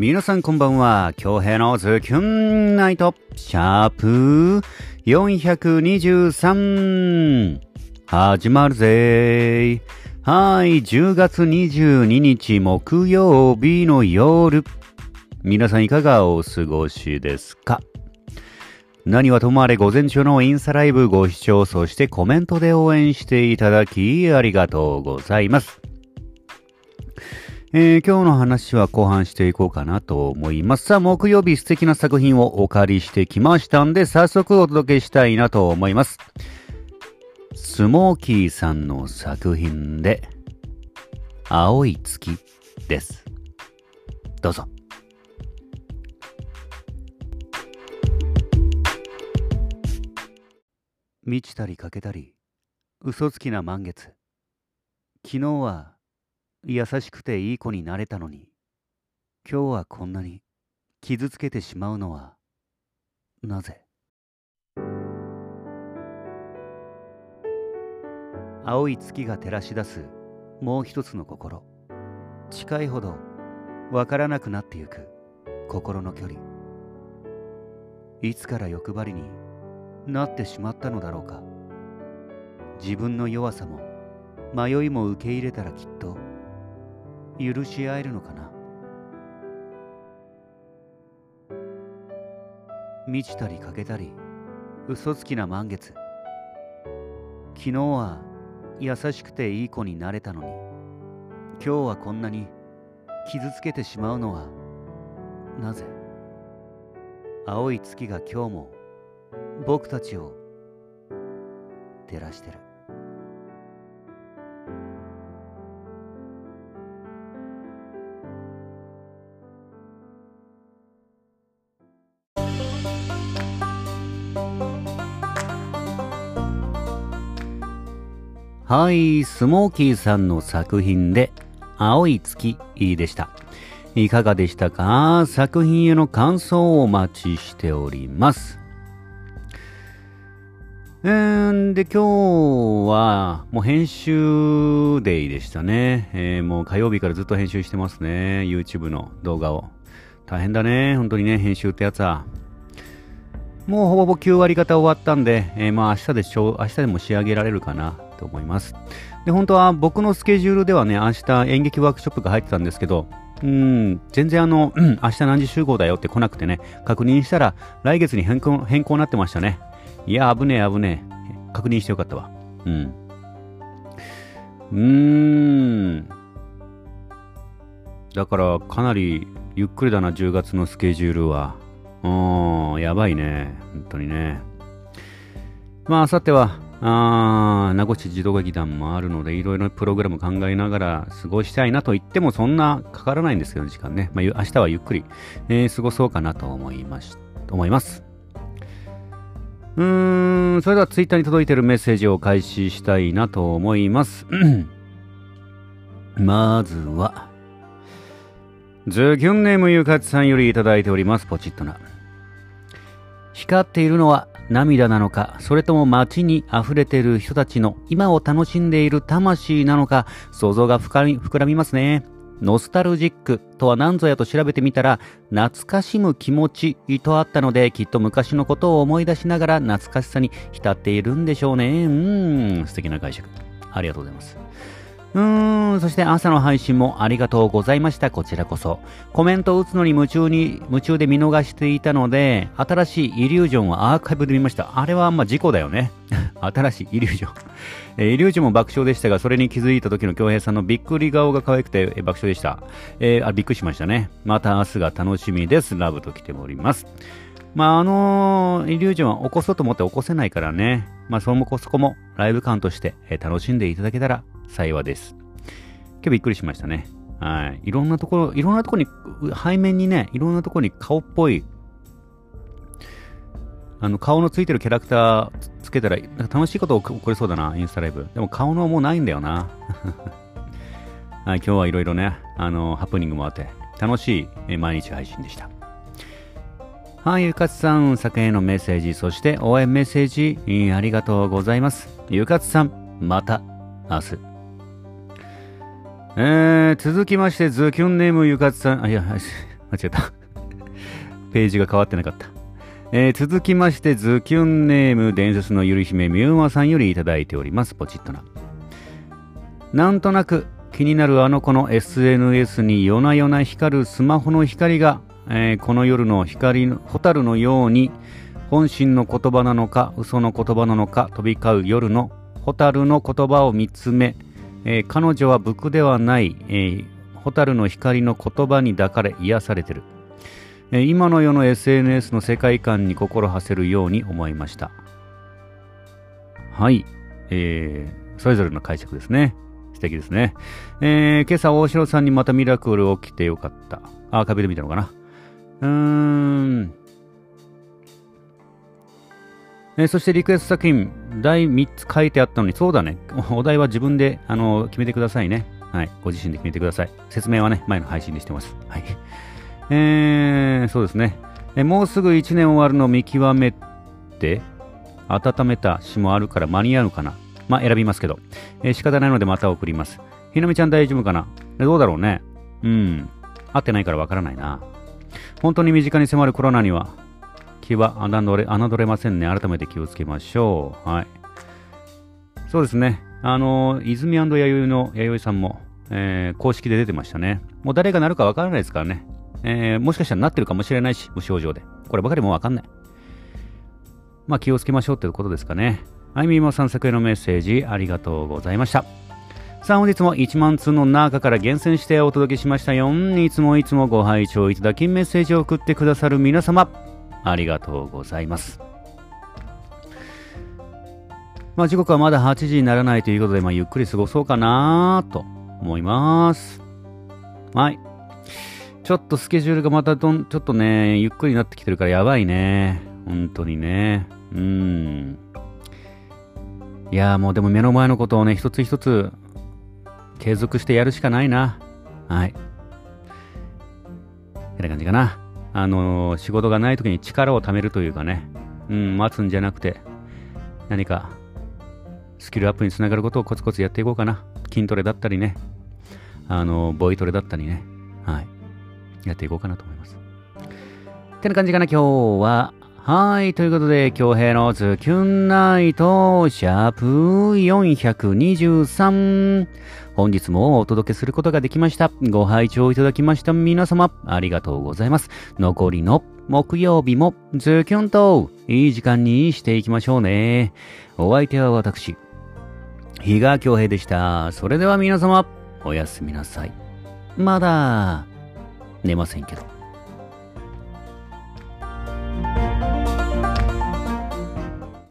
皆さんこんばんは。京平のズキュンナイトシャープ423始まるぜ。はい、10月22日木曜日の夜。皆さんいかがお過ごしですか？何はともあれ午前中のインスタライブご視聴、そしてコメントで応援していただきありがとうございます。今日の話は後半していこうかなと思います。さあ、木曜日素敵な作品をお借りしてきましたんで、早速お届けしたいなと思います。スモーキーさんの作品で、青い月です。どうぞ。満ちたり欠けたり、嘘つきな満月。昨日は優しくていい子になれたのに、今日はこんなに傷つけてしまうのはなぜ？青い月が照らし出すもう一つの心。近いほどわからなくなってゆく心の距離。いつから欲張りになってしまったのだろうか。自分の弱さも迷いも受け入れたらきっと許し合えるのかな。満ちたり欠けたり嘘つきな満月。昨日は優しくていい子になれたのに、今日はこんなに傷つけてしまうのはなぜ？青い月が今日も僕たちを照らしてる。はい、スモーキーさんの作品で青い月でした。いかがでしたか？作品への感想をお待ちしております。で、今日はもう編集デイでしたね。もう火曜日からずっと編集してますね。YouTube の動画を。大変だね。本当にね、編集ってやつは。もうほぼ9割方終わったんで、まあ明日でも仕上げられるかなと思います。で、本当は僕のスケジュールではね、明日演劇ワークショップが入ってたんですけど、全然明日何時集合だよって来なくてね、確認したら来月に変更になってましたね。いや、危ねえ。確認してよかったわ。だからかなりゆっくりだな、10月のスケジュールは。やばいね。本当にね。まあ、あさっては、名護市児童劇団もあるので、いろいろプログラム考えながら過ごしたいなと言ってもそんなかからないんですけど、時間ね。まあ、明日はゆっくり、過ごそうかなと思います。それではツイッターに届いているメッセージを開始したいなと思います。まずは、ズキュンネームゆかつさんよりいただいております。ポチッとな。光っているのは涙なのか、それとも街に溢れている人たちの今を楽しんでいる魂なのか、想像が膨らみますね。ノスタルジックとは何ぞやと調べてみたら、懐かしむ気持ちとあったので、きっと昔のことを思い出しながら懐かしさに浸っているんでしょうね。素敵な解釈。ありがとうございます。そして朝の配信もありがとうございました。こちらこそ。コメントを打つのに夢中で見逃していたので、新しいイリュージョンをアーカイブで見ました。あれは事故だよね。新しいイリュージョン。イリュージョンも爆笑でしたが、それに気づいた時の京平さんのびっくり顔が可愛くて爆笑でした。びっくりしましたね。また明日が楽しみです。ラブと来ております。イリュージョンは起こそうと思って起こせないからね。そこもライブ感として楽しんでいただけたら幸いです。今日びっくりしましたね。はい。いろんなところに、背面にね、いろんなところに顔っぽい、顔のついてるキャラクターつけたら、楽しいこと起こりそうだな、インスタライブ。でも顔のもうないんだよな。はい、今日はいろいろね、ハプニングもあって、楽しい毎日配信でした。はい、ゆかつさん、作品へのメッセージ、そして応援メッセージ、ありがとうございます。ゆかつさん、また明日。続きまして、ズキュンネームゆかつさん、 間違えた。ページが変わってなかった。続きまして、ズキュンネーム、伝説のゆり姫みゆまさんよりいただいております。ポチッとな。なんとなく気になるあの子の SNS に夜な夜な光るスマホの光が、この夜の光の蛍のように本心の言葉なのか嘘の言葉なのか飛び交う夜の蛍の言葉を見つめ、彼女は僕ではない、蛍の光の言葉に抱かれ癒されてる。今の世の SNS の世界観に心馳せるように思いました。はい、それぞれの解釈ですね。素敵ですね。今朝大城さんにまたミラクル起きてよかった。アーカイブで見たのかな。そしてリクエスト作品第3つ書いてあったのに、そうだね。お題は自分で決めてくださいね。はい。ご自身で決めてください。説明はね、前の配信でしてます。はい。そうですね。もうすぐ1年終わるのを見極めて、温めた詩もあるから間に合うかな。まあ選びますけど。仕方ないのでまた送ります。ひなみちゃん大丈夫かな？どうだろうね。会ってないからわからないな。本当に身近に迫るコロナには、気は侮れませんね。改めて気をつけましょう。はい。そうですね。泉&弥生の弥生さんも、公式で出てましたね。もう誰がなるかわからないですからね。もしかしたらなってるかもしれないし、無症状で。こればかりもわかんない。まあ気をつけましょうということですかね。あいみまさん作へのメッセージありがとうございました。さあ本日も1万通の中から厳選してお届けしましたよ。いつもご拝聴いただきメッセージを送ってくださる皆様、ありがとうございます。まあ時刻はまだ8時にならないということで、まあゆっくり過ごそうかなと思います。はい。ちょっとスケジュールがまたちょっとね、ゆっくりになってきてるからやばいね。本当にね。いやもうでも目の前のことをね、一つ一つ継続してやるしかないな。はい。ってな感じかな。仕事がない時に力を貯めるというかね。待つんじゃなくて、何かスキルアップにつながることをコツコツやっていこうかな。筋トレだったりね。ボイトレだったりね。はい。やっていこうかなと思います。ってな感じかな、今日は。はい。ということで、京平のズキュンナイト、シャープ423。本日もお届けすることができました。ご拝聴いただきました皆様、ありがとうございます。残りの木曜日もズキュンといい時間にしていきましょうね。お相手は私、比嘉京平でした。それでは皆様、おやすみなさい。まだ、寝ませんけど。